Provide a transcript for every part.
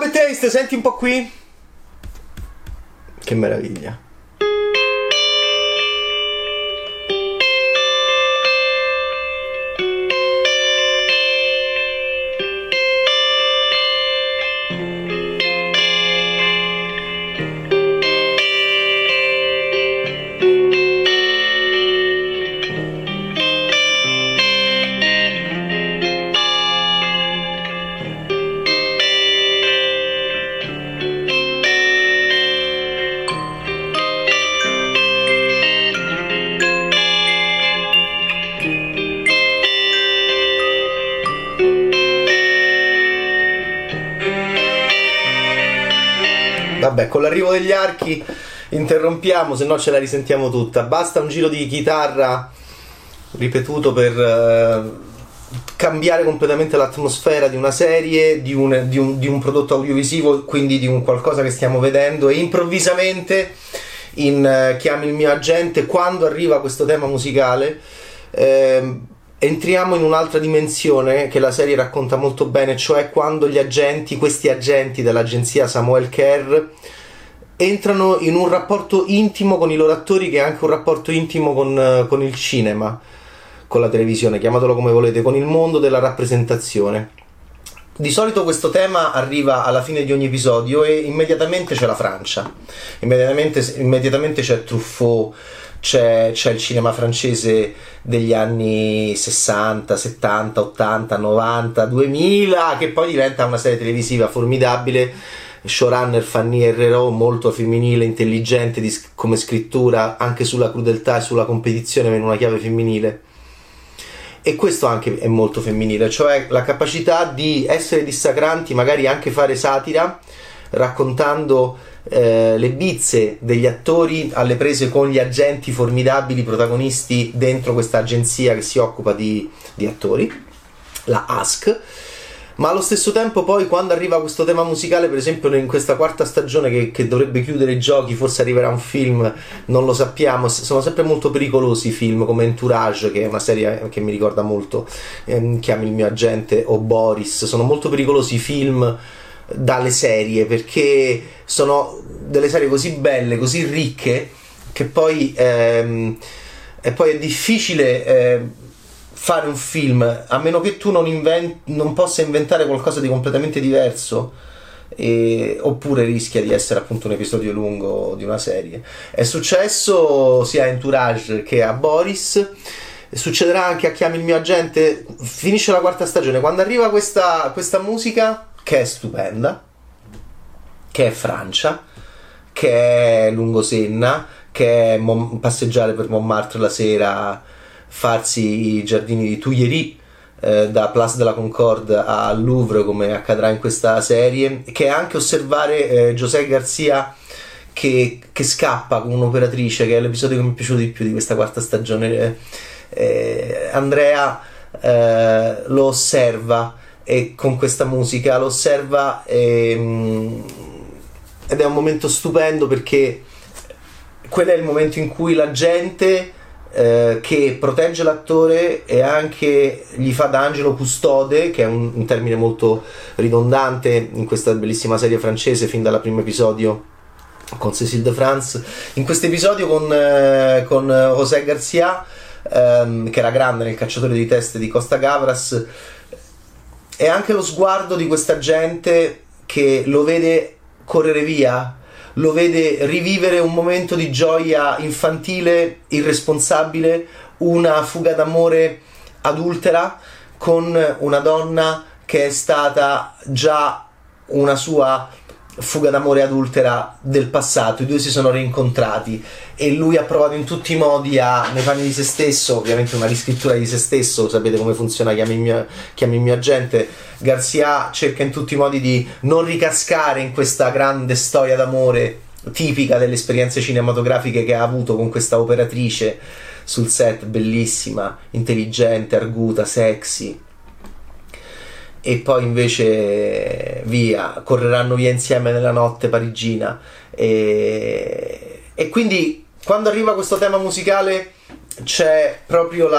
e Taste, senti un po' qui? Che meraviglia. Vabbè, con l'arrivo degli archi interrompiamo, se no ce la risentiamo tutta. Basta un giro di chitarra ripetuto per cambiare completamente l'atmosfera di una serie, di un prodotto audiovisivo, quindi di un qualcosa che stiamo vedendo, e improvvisamente in Chiami il mio agente, quando arriva questo tema musicale, entriamo in un'altra dimensione che la serie racconta molto bene, cioè quando questi agenti dell'agenzia Samuel Kerr entrano in un rapporto intimo con i loro attori, che è anche un rapporto intimo con il cinema, con la televisione, chiamatelo come volete, con il mondo della rappresentazione. Di solito questo tema arriva alla fine di ogni episodio e immediatamente c'è la Francia, immediatamente c'è Truffaut, c'è il cinema francese degli anni 60, 70, 80, 90, 2000, che poi diventa una serie televisiva formidabile, showrunner Fanny Herrero, molto femminile, intelligente come scrittura, anche sulla crudeltà e sulla competizione in una chiave femminile. E questo anche è molto femminile, cioè la capacità di essere dissacranti, magari anche fare satira, raccontando le bizze degli attori alle prese con gli agenti formidabili protagonisti dentro questa agenzia che si occupa di attori, la ASC. Ma allo stesso tempo poi, quando arriva questo tema musicale, per esempio in questa quarta stagione che dovrebbe chiudere i giochi, forse arriverà un film, non lo sappiamo, sono sempre molto pericolosi i film come Entourage, che è una serie che mi ricorda molto Chiami il mio agente, o Boris, sono molto pericolosi i film dalle serie, perché sono delle serie così belle, così ricche, che poi è difficile fare un film, a meno che tu non possa inventare qualcosa di completamente diverso, oppure rischia di essere appunto un episodio lungo di una serie. È successo sia a Entourage che a Boris, succederà anche a Chiami il mio agente. Finisce la quarta stagione, quando arriva questa musica che è stupenda, che è Francia, che è Lungosenna, che è passeggiare per Montmartre la sera, farsi i giardini di Tuileries, da Place de la Concorde al Louvre, come accadrà in questa serie, che è anche osservare José Garcia che scappa con un'operatrice, che è l'episodio che mi è piaciuto di più di questa quarta stagione. Andrea lo osserva, e con questa musica lo osserva, ed è un momento stupendo, perché quello è il momento in cui la gente che protegge l'attore e anche gli fa da angelo custode, che è un termine molto ridondante in questa bellissima serie francese fin dal primo episodio con Cécile de France. In questo episodio con José Garcia, che era grande nel Cacciatore di teste di Costa Gavras, è anche lo sguardo di questa gente che lo vede correre via, lo vede rivivere un momento di gioia infantile, irresponsabile, una fuga d'amore adultera con una donna che è stata già una sua fuga d'amore adultera del passato. I due si sono rincontrati e lui ha provato in tutti i modi nei panni di se stesso, ovviamente una riscrittura di se stesso, sapete come funziona Chiami il mio agente. Garcia cerca in tutti i modi di non ricascare in questa grande storia d'amore tipica delle esperienze cinematografiche che ha avuto con questa operatrice sul set, bellissima, intelligente, arguta, sexy, e poi invece via, correranno via insieme nella notte parigina, e quindi quando arriva questo tema musicale c'è proprio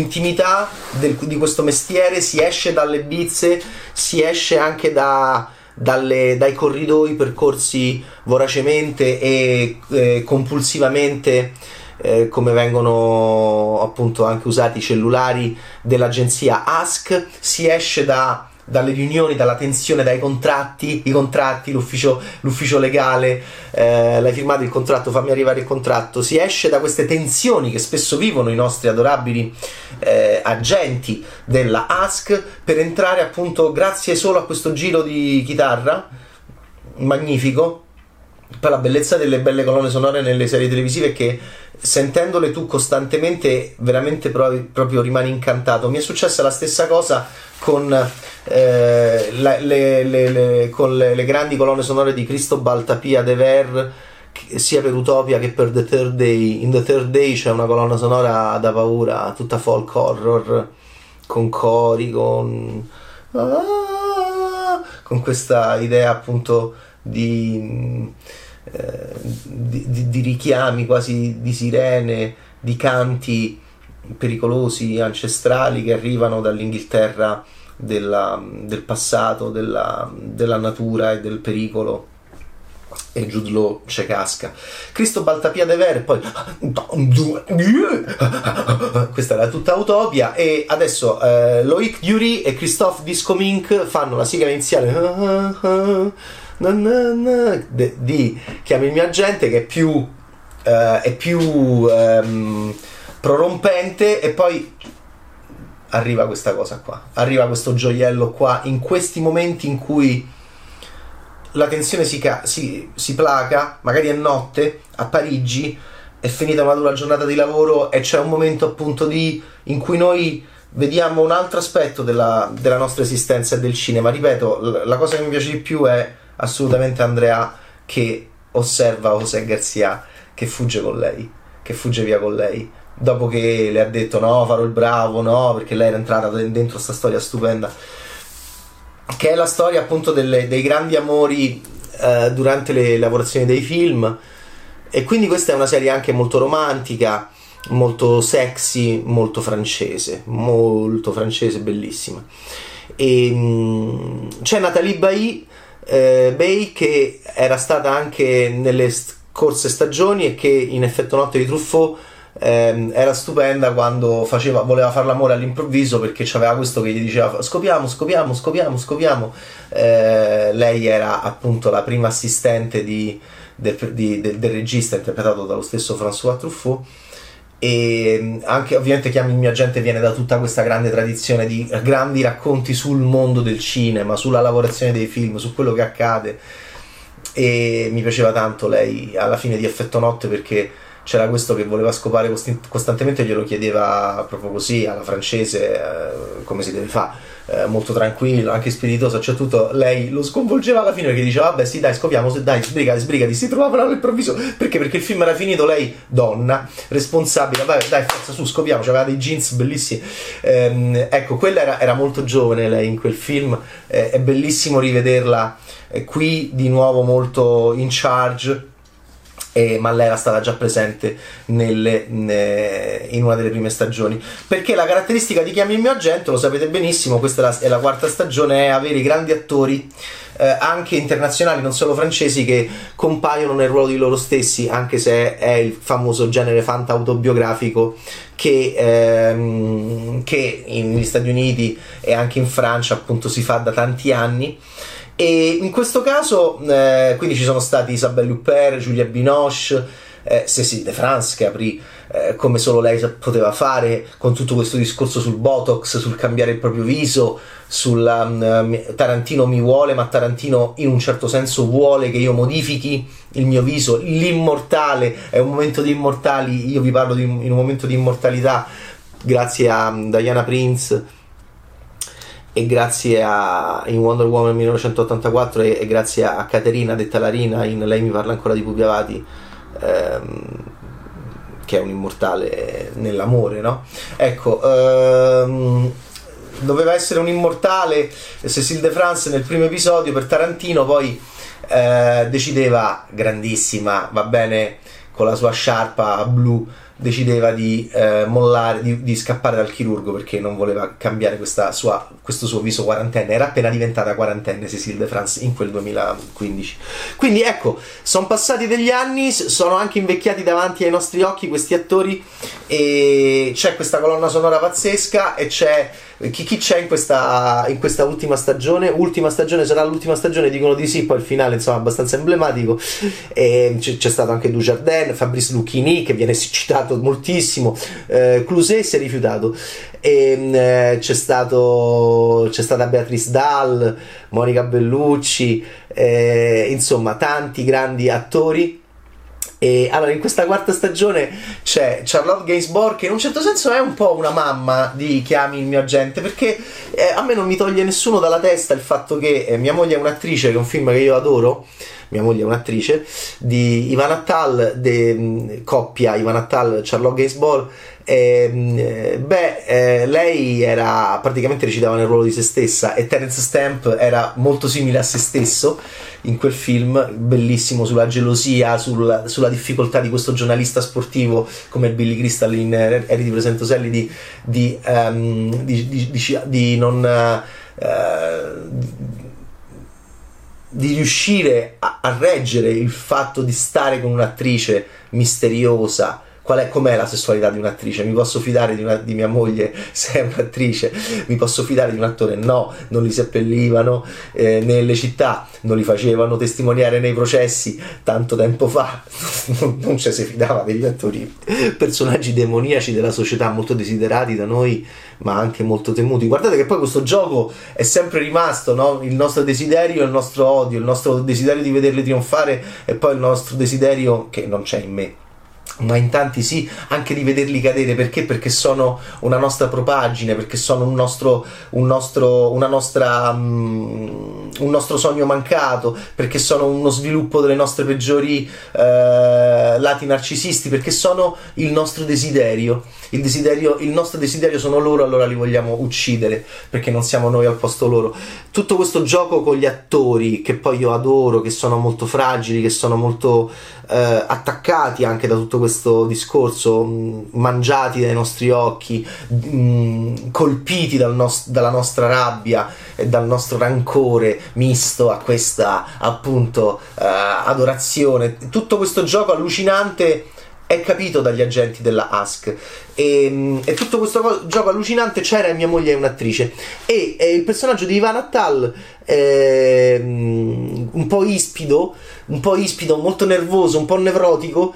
l'intimità di questo mestiere, si esce dalle bizze, si esce anche dai corridoi percorsi voracemente e compulsivamente, come vengono appunto anche usati i cellulari dell'agenzia ASC. Si esce dalle riunioni, dalla tensione, dai contratti, l'ufficio legale, l'hai firmato il contratto, fammi arrivare il contratto. Si esce da queste tensioni che spesso vivono i nostri adorabili agenti della ASC, per entrare appunto, grazie solo a questo giro di chitarra magnifico. Poi la bellezza delle belle colonne sonore nelle serie televisive è che, sentendole tu costantemente, veramente proprio rimani incantato. Mi è successa la stessa cosa con le grandi colonne sonore di Cristobal Tapia de Ver, sia per Utopia che per The Third Day. In The Third Day c'è una colonna sonora da paura, tutta folk horror, con cori, con questa idea appunto di richiami quasi di sirene, di canti pericolosi, ancestrali, che arrivano dall'Inghilterra del passato, della natura e del pericolo. E Jude Law ci casca. Cristobal Tapia de Ver, poi questa era tutta Utopia. E adesso Loïc Dury e Christophe Discomink fanno la sigla iniziale di Chiami il mio agente, che è più prorompente, e poi arriva questa cosa qua, arriva questo gioiello qua, in questi momenti in cui la tensione si placa, magari è notte a Parigi, è finita una dura giornata di lavoro, e c'è un momento appunto in cui noi vediamo un altro aspetto della nostra esistenza e del cinema. Ripeto, la cosa che mi piace di più è assolutamente Andrea che osserva José Garcia che fugge via con lei, dopo che le ha detto no, farò il bravo, no, perché lei era entrata dentro sta storia stupenda, che è la storia appunto dei grandi amori durante le lavorazioni dei film. E quindi questa è una serie anche molto romantica, molto sexy, molto francese, bellissima. E c'è Nathalie Baye, che era stata anche nelle scorse stagioni, e che in Effetto Notte di Truffaut era stupenda quando voleva fare l'amore all'improvviso, perché c'aveva questo che gli diceva scopiamo. Lei era appunto la prima assistente del regista, interpretato dallo stesso François Truffaut. E anche ovviamente Chiami il mio agente viene da tutta questa grande tradizione di grandi racconti sul mondo del cinema, sulla lavorazione dei film, su quello che accade. E mi piaceva tanto lei alla fine di Effetto Notte, perché c'era questo che voleva scopare costantemente, glielo chiedeva proprio così alla francese, come si deve fare, molto tranquillo, anche spiritoso, cioè tutto. Lei lo sconvolgeva alla fine, perché diceva vabbè sì dai scopiamo, dai sbrigati, si trovavano all'improvviso, perché il film era finito, lei donna responsabile, vabbè dai forza su scopiamo, aveva dei jeans bellissimi. Ecco, quella era molto giovane lei in quel film, è bellissimo rivederla qui di nuovo molto in charge. Ma lei era stata già presente in una delle prime stagioni, perché la caratteristica di Chiami il mio agente, lo sapete benissimo, questa è la quarta stagione, è avere i grandi attori anche internazionali, non solo francesi, che compaiono nel ruolo di loro stessi, anche se è il famoso genere fanta-autobiografico che negli Stati Uniti e anche in Francia appunto si fa da tanti anni. E in questo caso quindi ci sono stati Isabelle Huppert, Juliette Binoche, Cécile de France, che aprì come solo lei poteva fare, con tutto questo discorso sul Botox, sul cambiare il proprio viso, Tarantino mi vuole, ma Tarantino in un certo senso vuole che io modifichi il mio viso. L'immortale è un momento di immortali, io vi parlo in un momento di immortalità grazie a Diana Prince, e grazie a in Wonder Woman 1984 e grazie a Caterina detta Larina in Lei mi parla ancora di pupi avati, che è un immortale nell'amore, no? Ecco, doveva essere un immortale Cécile de France nel primo episodio per Tarantino, poi decideva, grandissima, va bene, con la sua sciarpa blu decideva di mollare, di scappare dal chirurgo perché non voleva cambiare questo suo viso quarantenne. Era appena diventata quarantenne Cécile de France in quel 2015. Quindi ecco, sono passati degli anni, sono anche invecchiati davanti ai nostri occhi questi attori, e c'è questa colonna sonora pazzesca, e c'è chi c'è in questa ultima stagione. Ultima stagione, sarà l'ultima stagione, dicono di sì, poi il finale insomma abbastanza emblematico. E c'è stato anche Dujardin, Fabrice Lucchini che viene citato moltissimo, Cluzet si è rifiutato, e c'è stata Beatrice Dalle, Monica Bellucci, insomma tanti grandi attori. E allora in questa quarta stagione c'è Charlotte Gainsbourg, che in un certo senso è un po' una mamma di Chiami il mio agente, perché a me non mi toglie nessuno dalla testa il fatto che mia moglie è un'attrice, che è un film che io adoro. Mia moglie è un'attrice di Ivan Attal, coppia Ivan Attal Charlotte Gainsbourg. Lei era praticamente, recitava nel ruolo di se stessa, e Terence Stamp era molto simile a se stesso in quel film bellissimo sulla gelosia, sulla difficoltà di questo giornalista sportivo come Billy Crystal in Eri di Presentoselli di riuscire a reggere il fatto di stare con un'attrice misteriosa. Com'è la sessualità di un'attrice? Mi posso fidare di mia moglie se è un'attrice? Mi posso fidare di un attore? No, non li seppellivano nelle città, non li facevano testimoniare nei processi tanto tempo fa. Non ci si fidava degli attori, personaggi demoniaci della società, molto desiderati da noi ma anche molto temuti. Guardate che poi questo gioco è sempre rimasto, no? Il nostro desiderio e il nostro odio, il nostro desiderio di vederli trionfare, e poi il nostro desiderio, che non c'è in me ma in tanti sì, anche di vederli cadere. Perché? Perché sono una nostra propaggine, perché sono un nostro sogno mancato, perché sono uno sviluppo delle nostre peggiori lati narcisisti, perché sono il nostro desiderio. Il nostro desiderio sono loro, allora li vogliamo uccidere perché non siamo noi al posto loro. Tutto questo gioco con gli attori, che poi io adoro, che sono molto fragili, che sono molto attaccati anche da tutto questo discorso, mangiati dai nostri occhi, colpiti dalla nostra rabbia e dal nostro rancore misto a questa appunto adorazione. Tutto questo gioco allucinante è capito dagli agenti della ASC, e tutto questo gioco allucinante c'era in Mia moglie è un'attrice, e il personaggio di Ivan Attal, un po' ispido, molto nervoso, un po' nevrotico,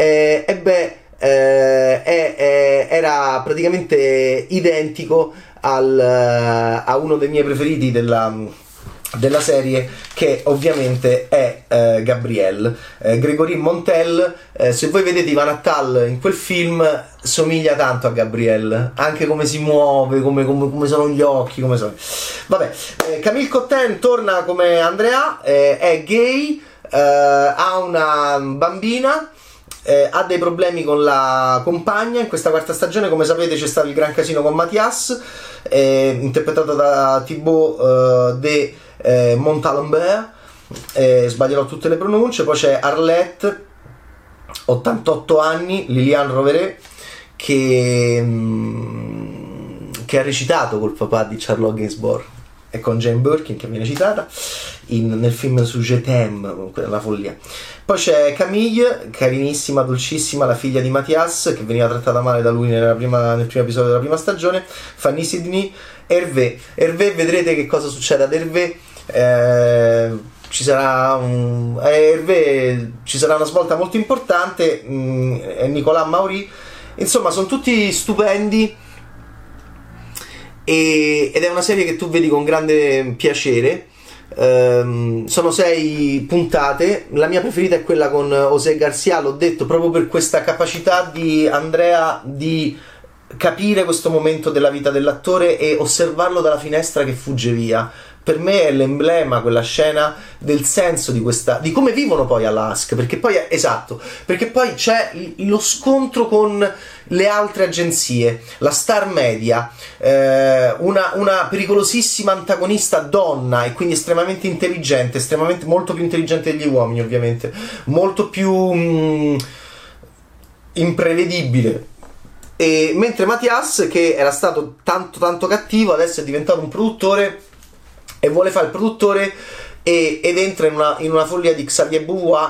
era praticamente identico a uno dei miei preferiti della serie, che ovviamente è Gabrielle, Grégory Montel. Se voi vedete Ivan Attal in quel film, somiglia tanto a Gabrielle, anche come si muove, come sono gli occhi, come sono. Vabbè, Camille Cotin torna come Andrea, è gay, ha una bambina, ha dei problemi con la compagna. In questa quarta stagione, come sapete, c'è stato il gran casino con Mathias, interpretato da Thibaut de Montalembert, sbaglierò tutte le pronunce. Poi c'è Arlette, 88 anni, Liliane Roveret, che ha recitato col papà di Charlotte Gainsbourg e con Jane Birkin, che viene citata nel film su Je t'aime, la follia. Poi c'è Camille, carinissima, dolcissima, la figlia di Mathias, che veniva trattata male da lui nel primo episodio della prima stagione. Fanny Sidney, Hervé, vedrete che cosa succede ad Hervé. Ci sarà una svolta molto importante, è Nicolas Maury. Insomma, sono tutti stupendi, ed è una serie che tu vedi con grande piacere. Sono 6 puntate. La mia preferita è quella con José Garcia, l'ho detto, proprio per questa capacità di Andrea di capire questo momento della vita dell'attore e osservarlo dalla finestra che fugge via. Per me è l'emblema, quella scena, del senso di come vivono poi all'ASC, perché poi c'è lo scontro con le altre agenzie, la Star Media, una pericolosissima antagonista donna, e quindi estremamente intelligente, molto più intelligente degli uomini, ovviamente, molto più imprevedibile. E mentre Mathias, che era stato tanto cattivo, adesso è diventato un produttore e vuole fare il produttore ed entra in una follia di Xavier Beauvois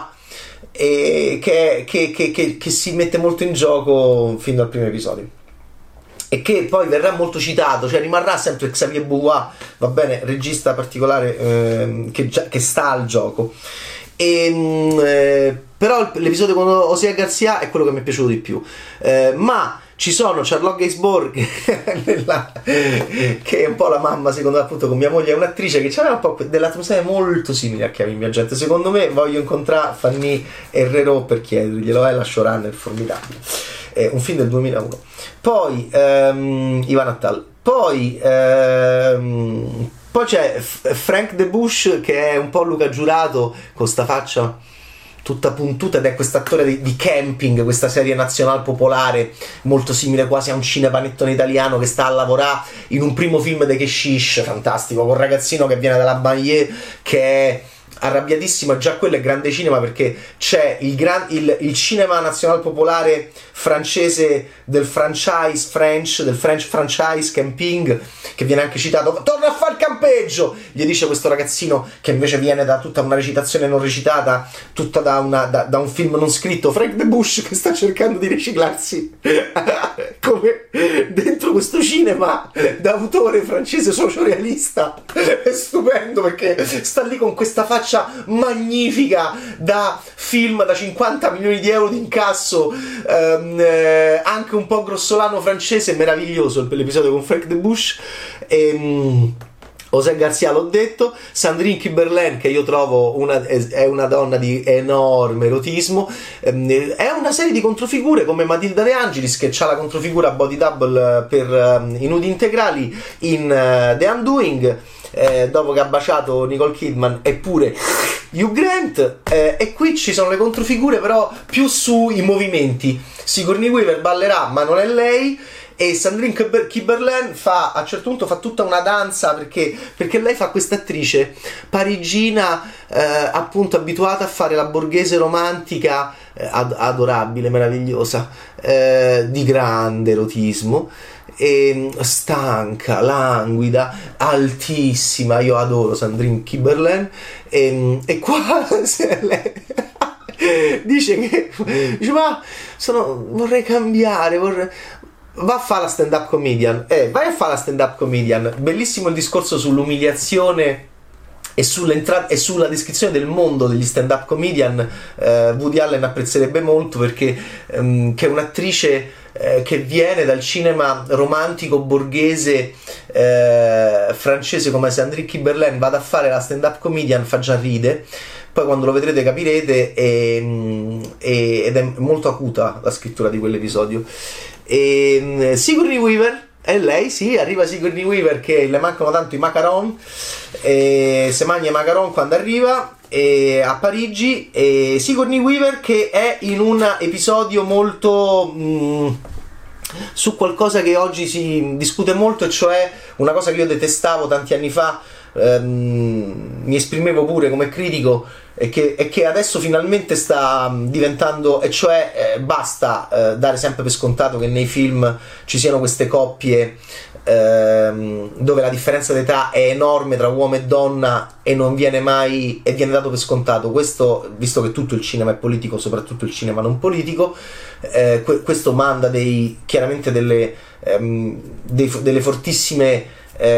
che si mette molto in gioco fin dal primo episodio e che poi verrà molto citato, cioè rimarrà sempre Xavier Beauvois, va bene, regista particolare che sta al gioco. Però l'episodio con José Garcia è quello che mi è piaciuto di più, ma ci sono Charlotte Gainsbourg che è un po' la mamma, secondo me, appunto, con mia moglie, è un'attrice che aveva un po' dell'atmosfera molto simile a Kevin Biagente. Secondo me voglio incontrare Fanny Herrero per chiederglielo, è la showrunner formidabile, un film del 2001. Poi Ivan Attal, poi c'è Frank Debouche, che è un po' Luca Giurato con sta faccia tutta puntuta, ed è quest'attore di Camping, questa serie nazional popolare molto simile quasi a un cinepanettone italiano, che sta a lavorare in un primo film dei Keshish, fantastico, con un ragazzino che viene dalla Banlieue che è arrabbiatissimo. Già quello è grande cinema, perché c'è il cinema nazional popolare francese del French franchise Camping, che viene anche citato. Torna a fare il campeggio, gli dice questo ragazzino, che invece viene da tutta una recitazione non recitata, tutta da un film non scritto. Frank Debouche che sta cercando di riciclarsi come dentro questo cinema d'autore francese sociorealista. È stupendo, perché sta lì con questa faccia magnifica da film da 50 milioni di euro di incasso, anche un po' grossolano francese, meraviglioso l'episodio con Frank Debouche. José Garcia l'ho detto, Sandrine Kiberlin, che io trovo è una donna di enorme erotismo, è una serie di controfigure come Matilda De Angelis, che ha la controfigura body double per i nudi integrali in The Undoing, dopo che ha baciato Nicole Kidman, eppure Hugh Grant, e qui ci sono le controfigure però più sui movimenti. Sigourney Weaver ballerà ma non è lei, e Sandrine Kiberlin a un certo punto fa tutta una danza, perché lei fa questa attrice parigina, appunto abituata a fare la borghese romantica, adorabile, meravigliosa, di grande erotismo, stanca, languida, altissima. Io adoro Sandrine Kiberlin, e qua dice ma vorrei cambiare, va a fare la stand-up comedian, vai a fare la stand-up comedian. Bellissimo il discorso sull'umiliazione e sulla descrizione del mondo degli stand-up comedian. Woody Allen apprezzerebbe molto, perché che è un'attrice che viene dal cinema romantico borghese francese come Sandrine Kiberlin vada a fare la stand-up comedian, fa già ride. Poi quando lo vedrete capirete, ed è molto acuta la scrittura di quell'episodio. Sigourney Weaver è lei, sì, arriva Sigourney Weaver, che le mancano tanto i macaron, se mangia i macaron quando arriva a Parigi. E Sigourney Weaver che è in un episodio molto su qualcosa che oggi si discute molto, e cioè una cosa che io detestavo tanti anni fa, mi esprimevo pure come critico, e che adesso finalmente sta diventando, e cioè basta dare sempre per scontato che nei film ci siano queste coppie dove la differenza d'età è enorme tra uomo e donna, e non viene mai, e viene dato per scontato questo, visto che tutto il cinema è politico, soprattutto il cinema non politico. Questo manda chiaramente delle fortissime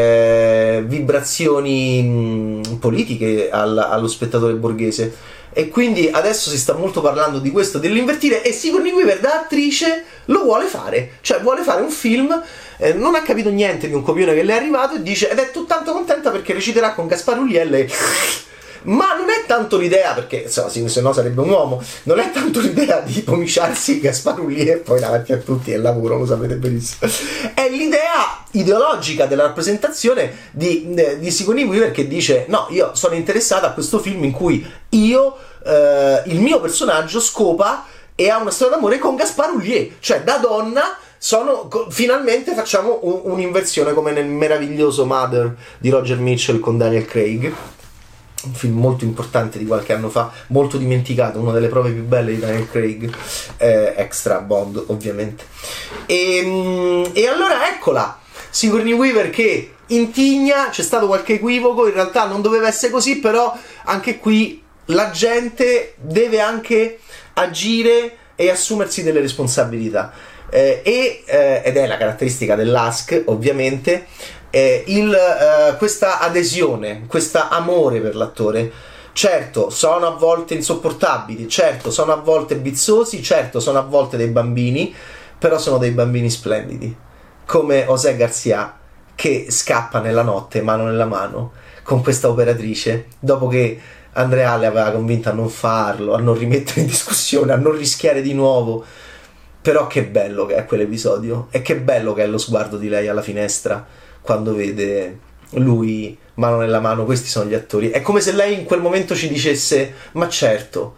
vibrazioni politiche allo spettatore borghese, e quindi adesso si sta molto parlando di questo, dell'invertire, e Sigourney Weaver da attrice lo vuole fare, cioè vuole fare un film, non ha capito niente di un copione che le è arrivato, e dice, ed è tanto contenta perché reciterà con Gaspar Ulliel. Ma non è tanto l'idea, perché se no sarebbe un uomo, non è tanto l'idea di pomiciarsi Gaspar Ulliel e poi davanti a tutti è il lavoro, lo sapete benissimo. È l'idea ideologica della rappresentazione di Sigourney Weaver, che dice, no, io sono interessata a questo film in cui il mio personaggio scopa e ha una storia d'amore con Gaspar Ulliel, cioè da donna finalmente facciamo un'inversione, come nel meraviglioso Mother di Roger Mitchell con Daniel Craig. un film molto importante di qualche anno fa, molto dimenticato, una delle prove più belle di Daniel Craig, extra Bond ovviamente. E allora eccola, Sigourney Weaver che intigna, c'è stato qualche equivoco, in realtà non doveva essere così, però anche qui la gente deve anche agire e assumersi delle responsabilità, ed è la caratteristica dell'Ask ovviamente, questa adesione, questo amore per l'attore. Certo, sono a volte insopportabili, certo, sono a volte bizzosi, certo, sono a volte dei bambini, però sono dei bambini splendidi, come José Garcia, che scappa nella notte, mano nella mano, con questa operatrice, dopo che Andrea le aveva convinto a non farlo, a non rimettere in discussione, a non rischiare di nuovo. Però che bello che è quell'episodio, e che bello che è lo sguardo di lei alla finestra, quando vede lui mano nella mano. Questi sono gli attori. È come se lei in quel momento ci dicesse: ma certo,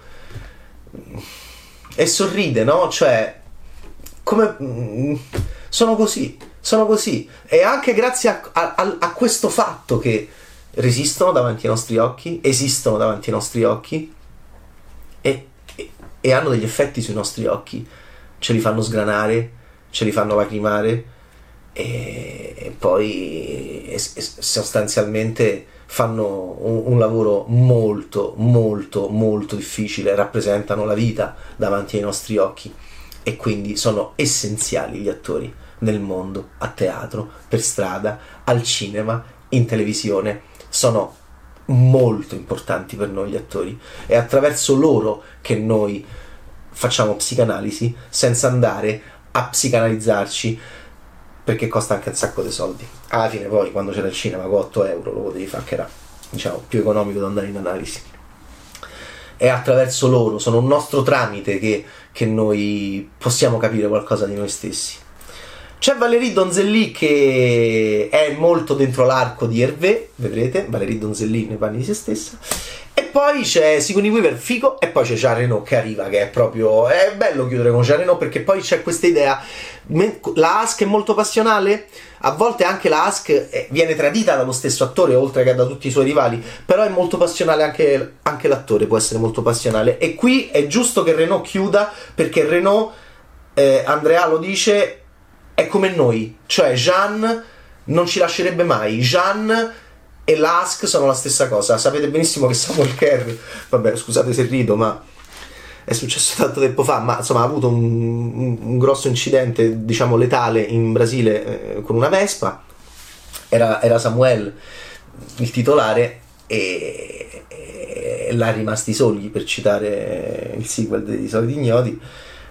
e sorride, no? Cioè, come sono così, e anche grazie a questo fatto che resistono davanti ai nostri occhi, esistono davanti ai nostri occhi, e hanno degli effetti sui nostri occhi, ce li fanno sgranare, ce li fanno lacrimare, e poi sostanzialmente fanno un lavoro molto molto molto difficile, rappresentano la vita davanti ai nostri occhi, e quindi sono essenziali gli attori nel mondo, a teatro, per strada, al cinema, in televisione. Sono molto importanti per noi gli attori, è attraverso loro che noi facciamo psicanalisi senza andare a psicanalizzarci, perché costa anche un sacco di soldi. Alla fine poi quando c'era il cinema con 8 euro lo potevi fare, che era, diciamo, più economico da andare in analisi. È attraverso loro, sono un nostro tramite che noi possiamo capire qualcosa di noi stessi. C'è Valérie Donzelli che è molto dentro l'arco di Hervé, vedrete, Valérie Donzelli nei panni di se stessa. E poi c'è Sigourney Weaver, figo, e poi c'è Jean Reno che arriva, che è proprio... è bello chiudere con Jean Reno, perché poi c'è questa idea, la Ask è molto passionale, a volte anche la Ask viene tradita dallo stesso attore, oltre che da tutti i suoi rivali, però è molto passionale anche l'attore, può essere molto passionale. E qui è giusto che Reno chiuda, perché Reno, Andrea lo dice, è come noi, cioè Jean non ci lascerebbe mai. Jean e l'Ask sono la stessa cosa. Sapete benissimo che Samuel Kerr, vabbè, scusate se rido, ma è successo tanto tempo fa, ma insomma ha avuto un grosso incidente, diciamo letale, in Brasile, con una Vespa. Era Samuel il titolare, e là rimasti soli, per citare il sequel dei Soliti Ignoti,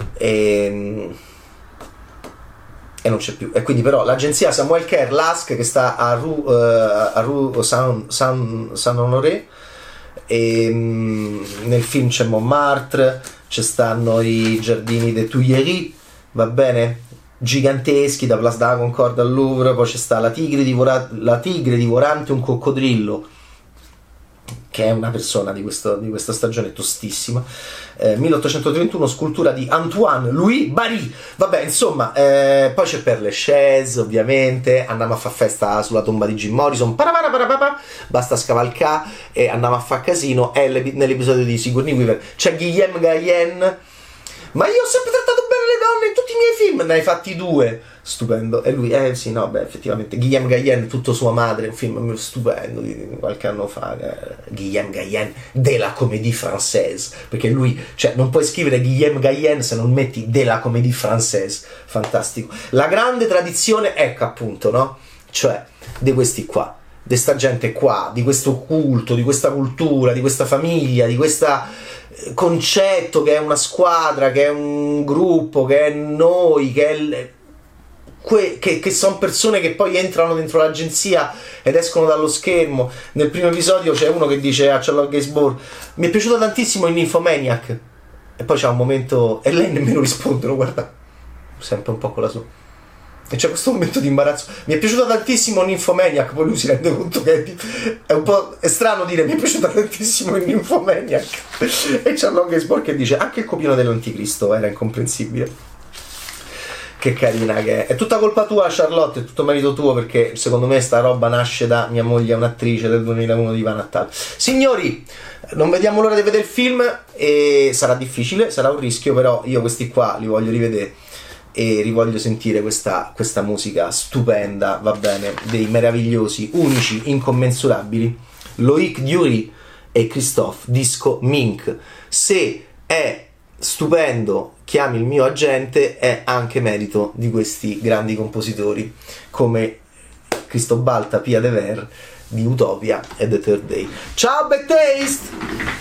e non c'è più. E quindi però l'agenzia Samuel Kerr, l'Ask, che sta a Rue Saint-Honoré, e nel film c'è Montmartre, ci stanno i giardini dei Tuileries, va bene, giganteschi, da Place de la Concorde al Louvre. Poi c'è sta la tigre divorante un coccodrillo, che è una persona di questa stagione tostissima, 1831, scultura di Antoine Louis Barye. Vabbè, insomma, poi c'è Père Lachaise, ovviamente, andiamo a fare festa sulla tomba di Jim Morrison, basta scavalcare e andiamo a fare casino. È nell'episodio di Sigourney Weaver c'è Guillaume Gallienne, ma io ho sempre trattato bene le donne in tutti i miei film, ne hai fatti 2, stupendo. E lui, sì, no, beh, effettivamente Guillaume Gallienne, tutto sua madre, un film stupendo di qualche anno fa, Guillaume Gallienne de la Comédie Française, perché lui, cioè, non puoi scrivere Guillaume Gallienne se non metti de la Comédie Française. Fantastico. La grande tradizione, ecco appunto, no? Cioè, di questi qua, di sta gente qua, di questo culto, di questa cultura, di questa famiglia, di questa concetto che è una squadra, che è un gruppo, che è noi, che sono persone che poi entrano dentro l'agenzia ed escono dallo schermo. Nel primo episodio c'è uno che dice a Charlotte Gainsbourg: mi è piaciuto tantissimo in Nymphomaniac, e poi c'è un momento e lei nemmeno risponde, lo guarda sempre un po' con la sua, e c'è questo momento di imbarazzo. Mi è piaciuto tantissimo in Nymphomaniac, poi lui si rende conto che è un po' strano dire mi è piaciuto tantissimo in Nymphomaniac, e c'è Charlotte Gainsbourg che dice anche il copione dell'Anticristo era incomprensibile. Che carina che è tutta colpa tua Charlotte, è tutto merito tuo, perché secondo me sta roba nasce da mia moglie è un'attrice del 2001 di Van Natale. Signori, non vediamo l'ora di vedere il film, e sarà difficile, sarà un rischio, però io questi qua li voglio rivedere e rivoglio sentire questa musica stupenda, va bene, dei meravigliosi, unici, incommensurabili Loïc Dury e Christophe Disco Mink. Se è stupendo, chiami il mio agente, è anche merito di questi grandi compositori come Cristobalta Pia de Ver di Utopia e The Third Day. Ciao Bad Taste!